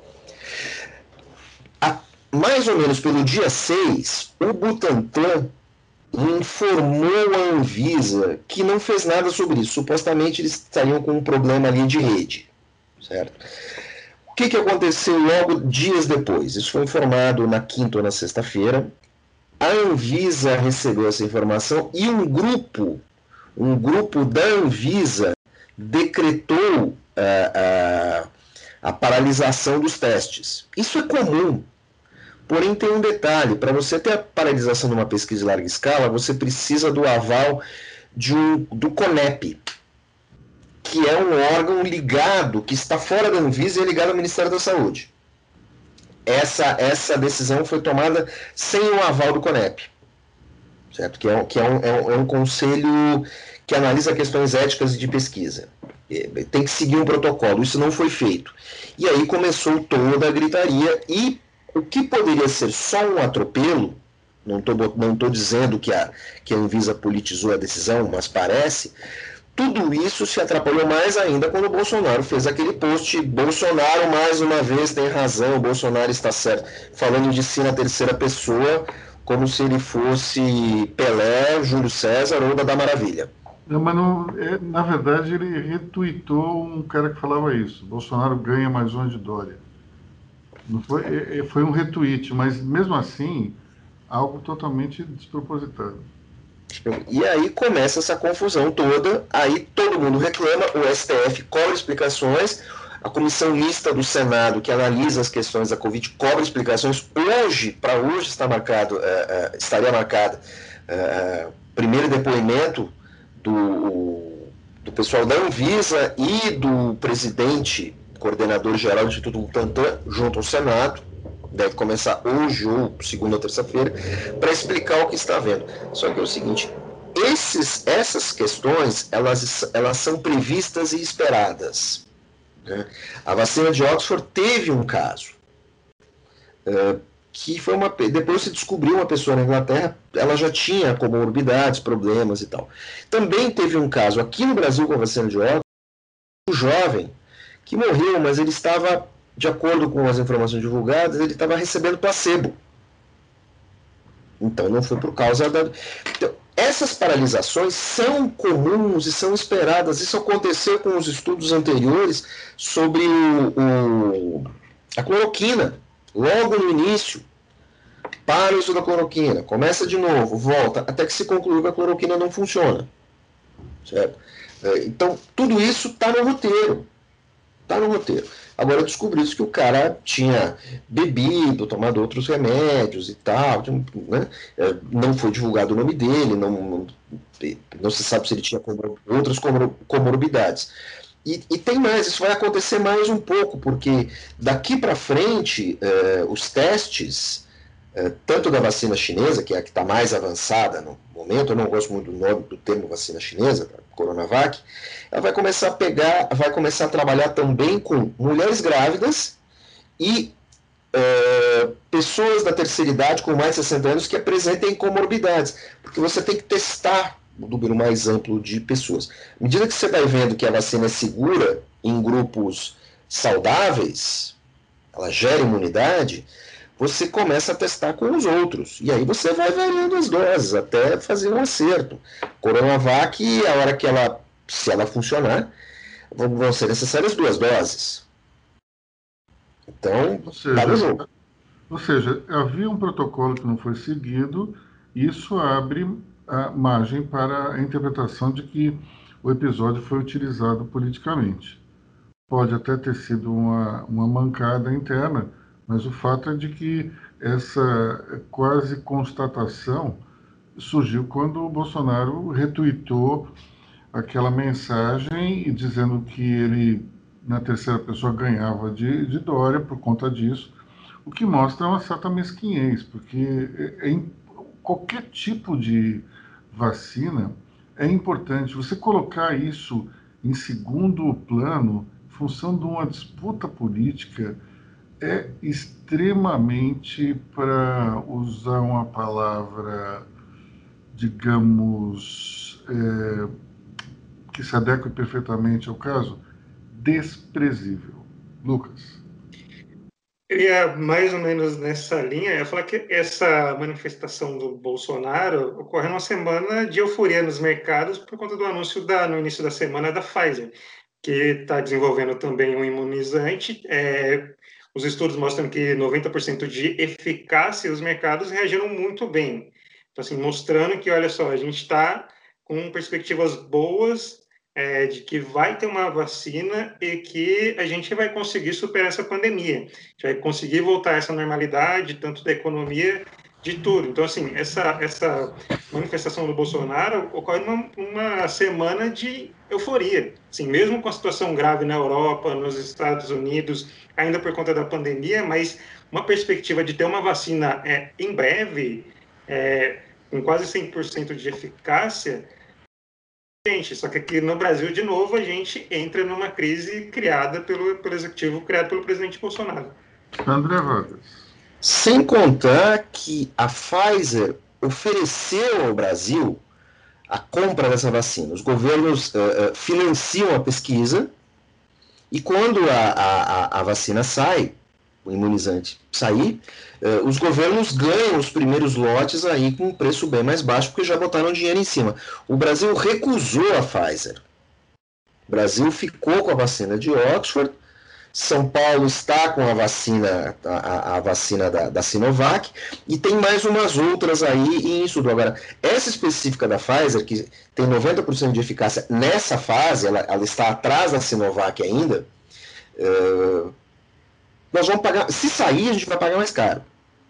A, mais ou menos pelo dia seis, o Butantan informou a Anvisa que não fez nada sobre isso. Supostamente eles estariam com um problema ali de rede, certo? O que, que aconteceu logo dias depois? Isso foi informado na quinta ou na sexta-feira. A Anvisa recebeu essa informação e um grupo, um grupo da Anvisa decretou a, a, a paralisação dos testes. Isso é comum. Porém, tem um detalhe: para você ter a paralisação de uma pesquisa de larga escala, você precisa do aval de um, do CONEP, que é um órgão ligado, que está fora da Anvisa e é ligado ao Ministério da Saúde. Essa, essa decisão foi tomada sem o aval do CONEP, certo? Que, é, que é, um, é, um, é um conselho que analisa questões éticas e de pesquisa. tem que seguir um protocolo. Isso não foi feito. E aí começou toda a gritaria, e o que poderia ser só um atropelo, não estou não tô dizendo que a, que a Anvisa politizou a decisão, mas parece, tudo isso se atrapalhou mais ainda quando o Bolsonaro fez aquele post: Bolsonaro mais uma vez tem razão, o Bolsonaro está certo, falando de si na terceira pessoa, como se ele fosse Pelé, Júlio César ou Dada Maravilha. Não, mas não, é, na verdade ele retweetou um cara que falava isso: Bolsonaro ganha mais uma de Dória. Não foi, é, foi um retweet, mas mesmo assim, algo totalmente despropositado. E aí começa essa confusão toda, aí todo mundo reclama, o S T F cobra explicações, a comissão mista do Senado, que analisa as questões da Covid, cobra explicações. Hoje, para hoje está marcado, é, é, estaria marcado o primeiro depoimento do, do pessoal da Anvisa e do presidente, coordenador geral do Instituto Butantan, junto ao Senado. Deve começar hoje ou segunda ou terça-feira, para explicar o que está havendo. Só que é o seguinte: esses, essas questões, elas, elas são previstas e esperadas, né? A vacina de Oxford teve um caso, uh, que foi uma... Depois se descobriu uma pessoa na Inglaterra, ela já tinha comorbidades, problemas e tal. Também teve um caso aqui no Brasil com a vacina de Oxford, um jovem que morreu, mas ele estava, de acordo com as informações divulgadas, ele estava recebendo placebo. Então não foi por causa da... Então, essas paralisações são comuns e são esperadas. Isso aconteceu com os estudos anteriores sobre o, o, a cloroquina. Logo no início, para o estudo da cloroquina, começa de novo, volta, até que se concluiu que a cloroquina não funciona. Certo? Então, tudo isso está no roteiro. Está no roteiro. Agora descobriu-se que o cara tinha bebido, tomado outros remédios e tal, né? Não foi divulgado o nome dele, não, não, não se sabe se ele tinha outras comorbidades. E, e tem mais, isso vai acontecer mais um pouco, porque daqui para frente, eh, os testes, eh, tanto da vacina chinesa, que é a que está mais avançada no momento, eu não gosto muito do nome do termo vacina chinesa, Coronavac, ela vai começar a pegar, vai começar a trabalhar também com mulheres grávidas e é, pessoas da terceira idade com mais de sessenta anos que apresentem comorbidades, porque você tem que testar o número mais amplo de pessoas. À medida que você vai vendo que a vacina é segura em grupos saudáveis, ela gera imunidade, você começa a testar com os outros. E aí você vai variando as doses até fazer um acerto. Coronavac, a hora que ela, se ela funcionar, vão ser necessárias duas doses. Então, está no jogo. Ou seja, havia um protocolo que não foi seguido, e isso abre a margem para a interpretação de que o episódio foi utilizado politicamente. Pode até ter sido uma, uma mancada interna, mas o fato é de que essa quase constatação surgiu quando o Bolsonaro retuitou aquela mensagem dizendo que ele, na terceira pessoa, ganhava de, de Dória por conta disso, o que mostra uma certa mesquinhez, porque em qualquer tipo de vacina é importante você colocar isso em segundo plano, em função de uma disputa política, é extremamente, para usar uma palavra, digamos, é, que se adequa perfeitamente ao caso, desprezível. Lucas. Eu ia mais ou menos nessa linha, eu ia falar que essa manifestação do Bolsonaro ocorre numa semana de euforia nos mercados por conta do anúncio da, no início da semana da Pfizer, que está desenvolvendo também um imunizante. É, os estudos mostram que noventa por cento de eficácia, os mercados reagiram muito bem. Então, assim, mostrando que, olha só, a gente está com perspectivas boas é, de que vai ter uma vacina e que a gente vai conseguir superar essa pandemia. A gente vai conseguir voltar a essa normalidade, tanto da economia, de tudo. Então, assim, essa, essa manifestação do Bolsonaro ocorre numa, numa semana de euforia. Assim, mesmo com a situação grave na Europa, nos Estados Unidos, ainda por conta da pandemia, mas uma perspectiva de ter uma vacina é, em breve, é, com quase cem por cento de eficácia, suficiente. Só que aqui no Brasil, de novo, a gente entra numa crise criada pelo, pelo executivo, criada pelo presidente Bolsonaro. André Vargas. Sem contar que a Pfizer ofereceu ao Brasil a compra dessa vacina. Os governos uh, uh, financiam a pesquisa e quando a, a, a vacina sai, o imunizante sair, uh, os governos ganham os primeiros lotes aí com um preço bem mais baixo, porque já botaram dinheiro em cima. O Brasil recusou a Pfizer. O Brasil ficou com a vacina de Oxford. São Paulo está com a vacina, a, a vacina da, da Sinovac, e tem mais umas outras aí em estudo. Agora, essa específica da Pfizer, que tem noventa por cento de eficácia nessa fase, ela, ela está atrás da Sinovac ainda, uh, nós vamos pagar, se sair, a gente vai pagar mais caro.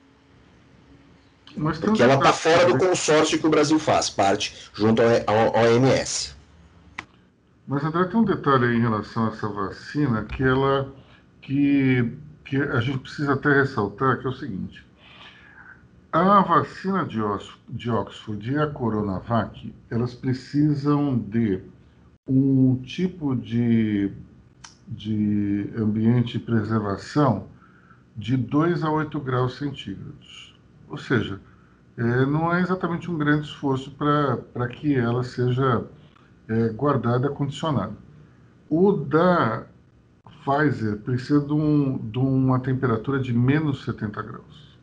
Mas porque ela está fora do consórcio que o Brasil faz, parte junto ao, ao, ao O M S. Mas, André, tem um detalhe aí em relação a essa vacina que, ela, que, que a gente precisa até ressaltar, que é o seguinte. A vacina de, de Oxford e a Coronavac, elas precisam de um tipo de, de ambiente de preservação de dois a oito graus centígrados. Ou seja, é, não é exatamente um grande esforço para que ela seja... É, guardada, condicionada. O da Pfizer precisa de, um, de uma temperatura de menos setenta graus.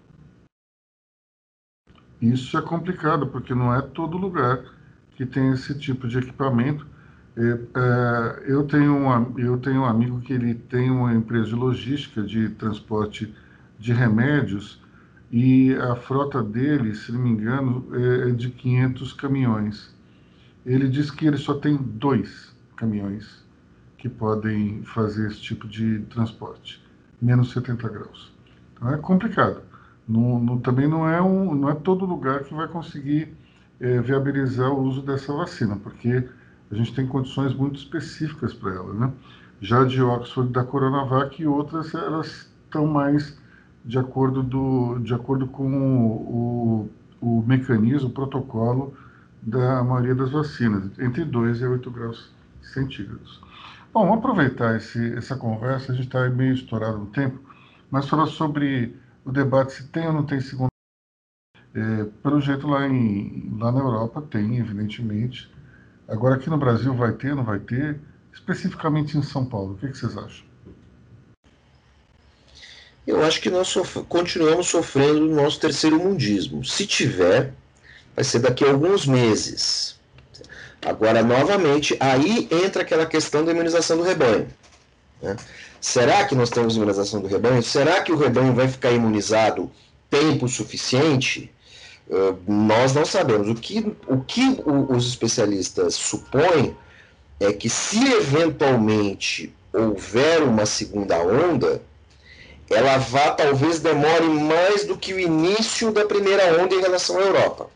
Isso é complicado, porque não é todo lugar que tem esse tipo de equipamento. É, é, eu, tenho um, eu tenho um amigo que ele tem uma empresa de logística de transporte de remédios e a frota dele, se não me engano, é de quinhentos caminhões. Ele diz que ele só tem dois caminhões que podem fazer esse tipo de transporte, menos setenta graus. Então é complicado. Não, não, também não é, um, não é todo lugar que vai conseguir é, viabilizar o uso dessa vacina, porque a gente tem condições muito específicas para ela, né? Já de Oxford, da Coronavac e outras, elas estão mais de acordo, do, de acordo com o, o, o mecanismo, o protocolo da maioria das vacinas, entre dois e oito graus centígrados. Bom, vamos aproveitar esse, essa conversa, a gente está meio estourado no tempo, mas falar sobre o debate se tem ou não tem segunda. É, pelo jeito, lá, em, lá na Europa tem, evidentemente. Agora, aqui no Brasil vai ter, não vai ter? Especificamente em São Paulo, o que, que vocês acham? Eu acho que nós sof- continuamos sofrendo do nosso terceiro mundismo. Se tiver, vai ser daqui a alguns meses. Agora, novamente, aí entra aquela questão da imunização do rebanho. Né? Será que nós temos imunização do rebanho? Será que o rebanho vai ficar imunizado tempo suficiente? Uh, nós não sabemos. O que, o que o, os especialistas supõem é que se eventualmente houver uma segunda onda, ela vá, talvez demore mais do que o início da primeira onda em relação à Europa.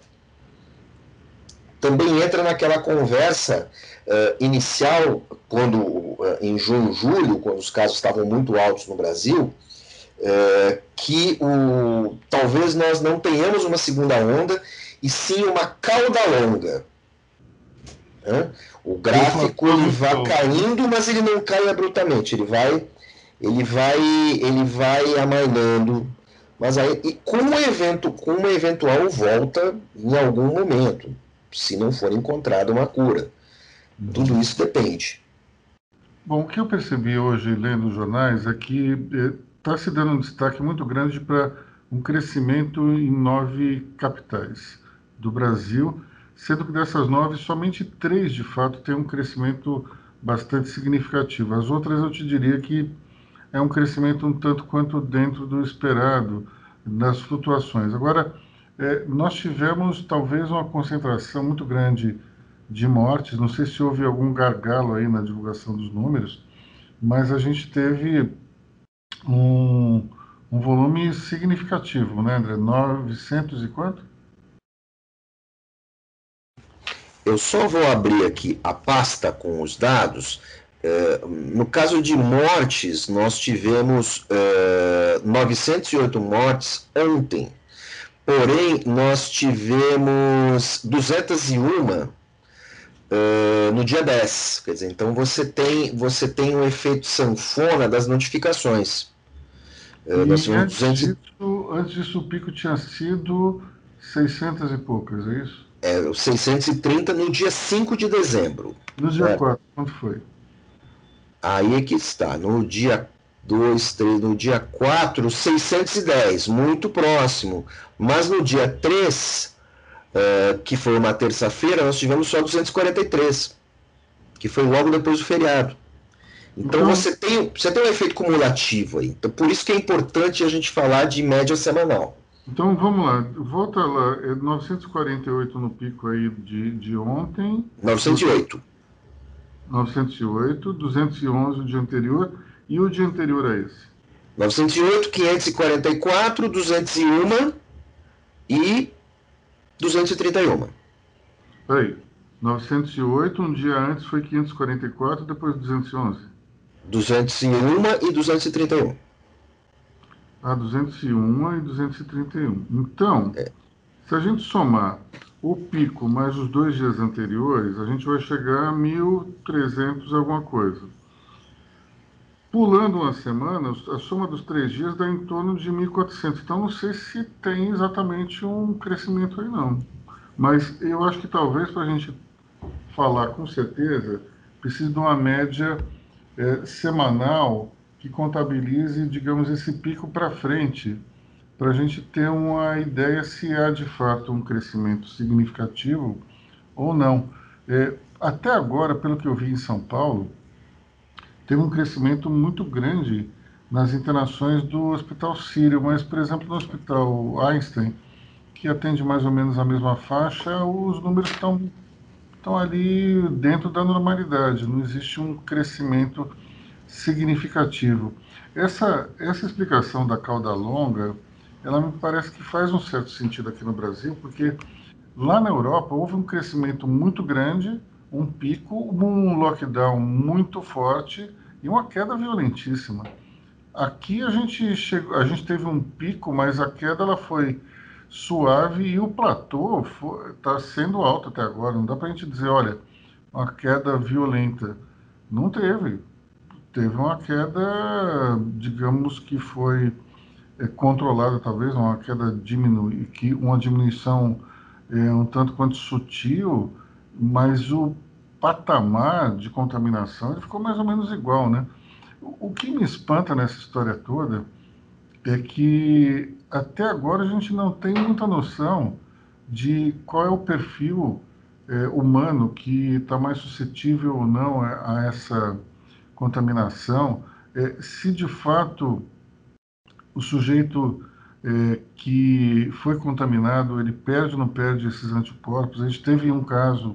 Também entra naquela conversa uh, inicial, quando uh, em junho, julho, quando os casos estavam muito altos no Brasil, uh, que o, talvez nós não tenhamos uma segunda onda, e sim uma cauda longa. Né? O gráfico ele vai caindo, mas ele não cai abruptamente, ele vai, ele vai, ele vai amainando, mas aí, e com, um evento, com uma eventual volta em algum momento, se não for encontrada uma cura. Tudo isso depende. Bom, o que eu percebi hoje lendo os jornais é que está se dando um destaque muito grande para um crescimento em nove capitais do Brasil, sendo que dessas nove, somente três, de fato, têm um crescimento bastante significativo. As outras, eu te diria que é um crescimento um tanto quanto dentro do esperado, das flutuações. Agora, é, nós tivemos talvez uma concentração muito grande de mortes, não sei se houve algum gargalo aí na divulgação dos números, mas a gente teve um, um volume significativo, né, André? novecentos e quanto? Eu só vou abrir aqui a pasta com os dados. Uh, no caso de mortes, nós tivemos uh, novecentos e oito mortes ontem. Porém, nós tivemos duzentos e um uh, no dia dez. Quer dizer, então você tem, você tem um efeito sanfona das notificações. Uh, nós tivemos antes, duzentos... disso, antes disso, o pico tinha sido seiscentas e poucas, é isso? É, seiscentos e trinta no dia cinco de dezembro. No dia certo? quatro, quanto foi? Aí é que está, no dia dois, três, no dia quatro, seiscentos e dez, muito próximo. Mas no dia três, uh, que foi uma terça-feira, nós tivemos só duzentos e quarenta e três, que foi logo depois do feriado. Então, então você, tem, você tem um efeito cumulativo aí. Então, por isso que é importante a gente falar de média semanal. Então vamos lá, volta lá, é novecentos e quarenta e oito no pico aí de, de ontem. novecentos e oito. novecentos e oito, duzentos e onze o dia anterior, e o dia anterior a esse? novecentos e oito, quinhentos e quarenta e quatro, duzentos e um e duzentos e trinta e um. Peraí, novecentos e oito, um dia antes foi quinhentos e quarenta e quatro, depois duzentos e onze? duzentos e um e duzentos e trinta e um. Ah, duzentos e um e duzentos e trinta e um. Então, é. se a gente somar o pico mais os dois dias anteriores, a gente vai chegar a mil e trezentos alguma coisa. Pulando uma semana, a soma dos três dias dá em torno de mil e quatrocentos. Então, não sei se tem exatamente um crescimento aí, não. Mas eu acho que talvez, para a gente falar com certeza, precise de uma média é, semanal que contabilize, digamos, esse pico para frente, para a gente ter uma ideia se há de fato um crescimento significativo ou não. É, até agora, pelo que eu vi em São Paulo, teve um crescimento muito grande nas internações do Hospital Sírio, mas, por exemplo, no Hospital Einstein, que atende mais ou menos a mesma faixa, os números estão, estão ali dentro da normalidade, não existe um crescimento significativo. Essa, essa explicação da cauda longa, ela me parece que faz um certo sentido aqui no Brasil, porque lá na Europa houve um crescimento muito grande, um pico, um lockdown muito forte e uma queda violentíssima. Aqui a gente, chegou, a gente teve um pico, mas a queda ela foi suave e o platô está sendo alto até agora. Não dá para a gente dizer, olha, uma queda violenta. Não teve. Teve uma queda, digamos que foi é, controlada, talvez, uma queda diminui, que uma diminuição é, um tanto quanto sutil, mas o patamar de contaminação ele ficou mais ou menos igual, né? O, o que me espanta nessa história toda é que até agora a gente não tem muita noção de qual é o perfil é, humano que está mais suscetível ou não a, a essa contaminação, é, se de fato o sujeito é, que foi contaminado, ele perde ou não perde esses anticorpos. A gente teve um caso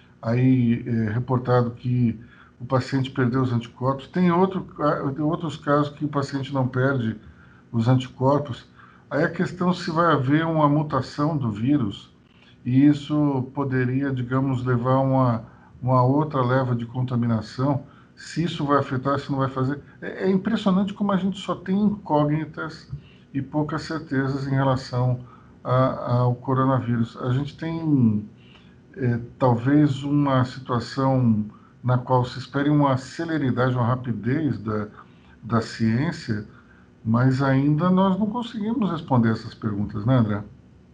aí é, reportado que o paciente perdeu os anticorpos. Tem, outro, tem outros casos que o paciente não perde os anticorpos. Aí a questão é se vai haver uma mutação do vírus e isso poderia, digamos, levar a uma, uma outra leva de contaminação. Se isso vai afetar, se não vai fazer. É, é impressionante como a gente só tem incógnitas e poucas certezas em relação a, ao coronavírus. A gente tem é, talvez uma situação na qual se espere uma celeridade, uma rapidez da, da ciência, mas ainda nós não conseguimos responder essas perguntas, né, André?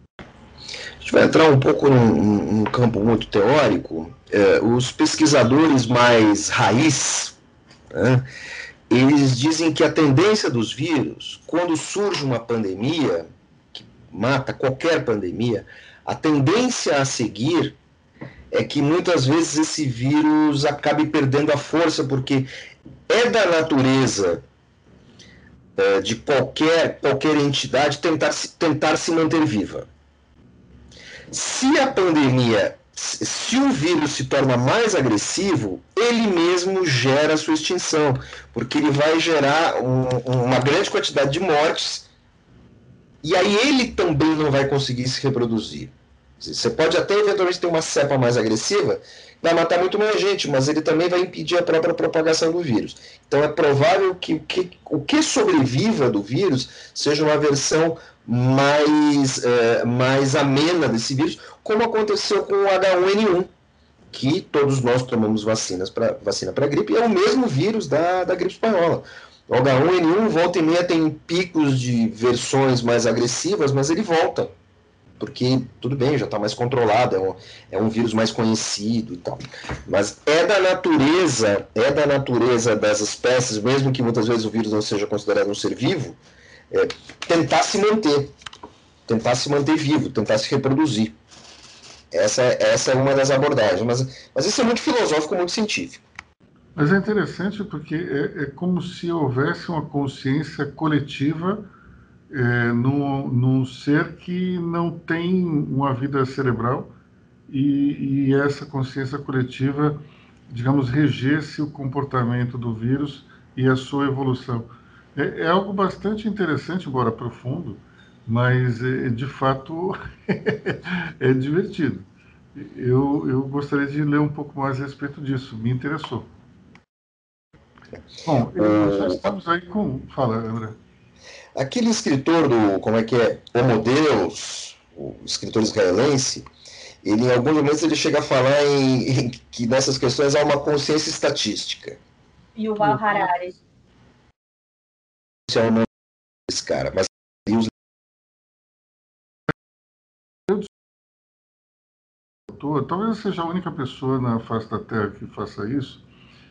A gente vai entrar um pouco num, num campo muito teórico. É, os pesquisadores mais raiz, né, eles dizem que a tendência dos vírus, quando surge uma pandemia, que mata qualquer pandemia, a tendência a seguir é que muitas vezes esse vírus acabe perdendo a força, porque é da natureza é, de qualquer, qualquer entidade tentar, tentar se manter viva. Se a pandemia, se o vírus se torna mais agressivo, ele mesmo gera a sua extinção, porque ele vai gerar um, uma grande quantidade de mortes, e aí ele também não vai conseguir se reproduzir. Você pode até eventualmente ter uma cepa mais agressiva, vai matar muito mais gente, mas ele também vai impedir a própria propagação do vírus. Então é provável que o que, o que sobreviva do vírus seja uma versão mais, é, mais amena desse vírus, como aconteceu com o H um N um. que todos nós tomamos vacinas pra, vacina para gripe, é o mesmo vírus da, da gripe espanhola. O H um N um, volta e meia, tem picos de versões mais agressivas, mas ele volta, porque, tudo bem, já está mais controlado, é um, é um vírus mais conhecido e tal. Mas é da natureza, é da natureza das espécies, mesmo que muitas vezes o vírus não seja considerado um ser vivo, é, tentar se manter, tentar se manter vivo, tentar se reproduzir. Essa, essa é uma das abordagens, mas, mas isso é muito filosófico, muito científico. Mas é interessante porque é, é como se houvesse uma consciência coletiva é, num, num ser que não tem uma vida cerebral e, e essa consciência coletiva, digamos, regesse o comportamento do vírus e a sua evolução. É, é algo bastante interessante, embora profundo, mas é, de fato é divertido. Eu, eu gostaria de ler um pouco mais a respeito disso, me interessou. Bom, eu, já estamos aí com... Fala, André. Aquele escritor do, como é que é, Homo Deus, o escritor israelense, ele em alguns momentos ele chega a falar em, em que nessas questões há uma consciência estatística. Yuval Harari. Esse é o nome desse cara, mas talvez eu seja a única pessoa na face da Terra que faça isso,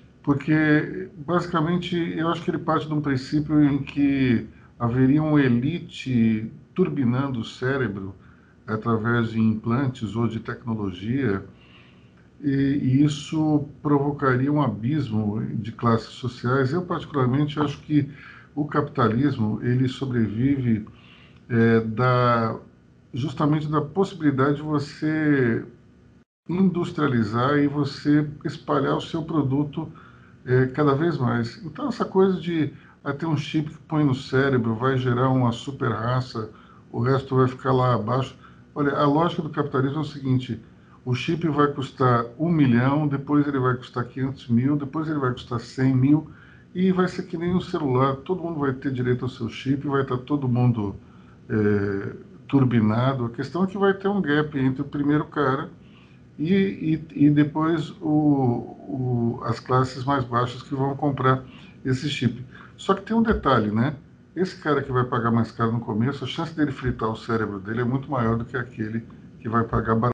porque, basicamente, eu acho que ele parte de um princípio em que haveria uma elite turbinando o cérebro através de implantes ou de tecnologia, e, e isso provocaria um abismo de classes sociais. Eu, particularmente, acho que o capitalismo ele sobrevive é, da, justamente da possibilidade de você industrializar e você espalhar o seu produto é, cada vez mais. Então, essa coisa de ah, ter um chip que põe no cérebro vai gerar uma super raça, o resto vai ficar lá abaixo. Olha, a lógica do capitalismo é o seguinte: o chip vai custar um milhão, depois ele vai custar quinhentos mil, depois ele vai custar cem mil, e vai ser que nem um celular, todo mundo vai ter direito ao seu chip, vai estar todo mundo é, turbinado. A questão é que vai ter um gap entre o primeiro cara E, e, e depois o, o, as classes mais baixas que vão comprar esse chip. Só que tem um detalhe, né? Esse cara que vai pagar mais caro no começo, a chance dele fritar o cérebro dele é muito maior do que aquele que vai pagar barato.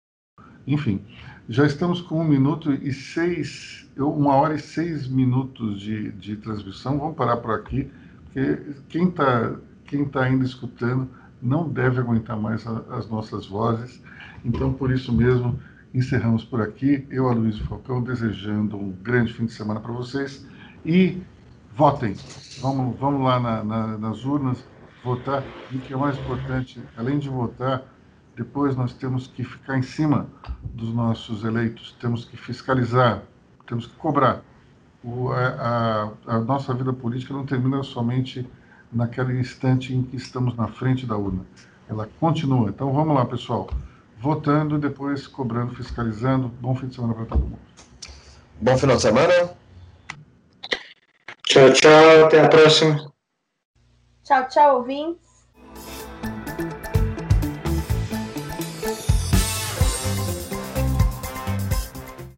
Enfim, já estamos com um minuto e seis, uma hora e seis minutos de, de transmissão. Vamos parar por aqui, porque quem está quem tá ainda escutando não deve aguentar mais a, as nossas vozes. Então, por isso mesmo, encerramos por aqui. Eu, Aloysio Falcão, desejando um grande fim de semana para vocês. E votem. Vamos, vamos lá na, na, nas urnas votar. E o que é mais importante, além de votar, depois nós temos que ficar em cima dos nossos eleitos. Temos que fiscalizar, temos que cobrar. O, a, a, a nossa vida política não termina somente naquele instante em que estamos na frente da urna. Ela continua. Então, vamos lá, pessoal. Votando, depois cobrando, fiscalizando. Bom fim de semana para todo mundo. Bom final de semana. Tchau, tchau. Até a próxima. Tchau, tchau, ouvintes.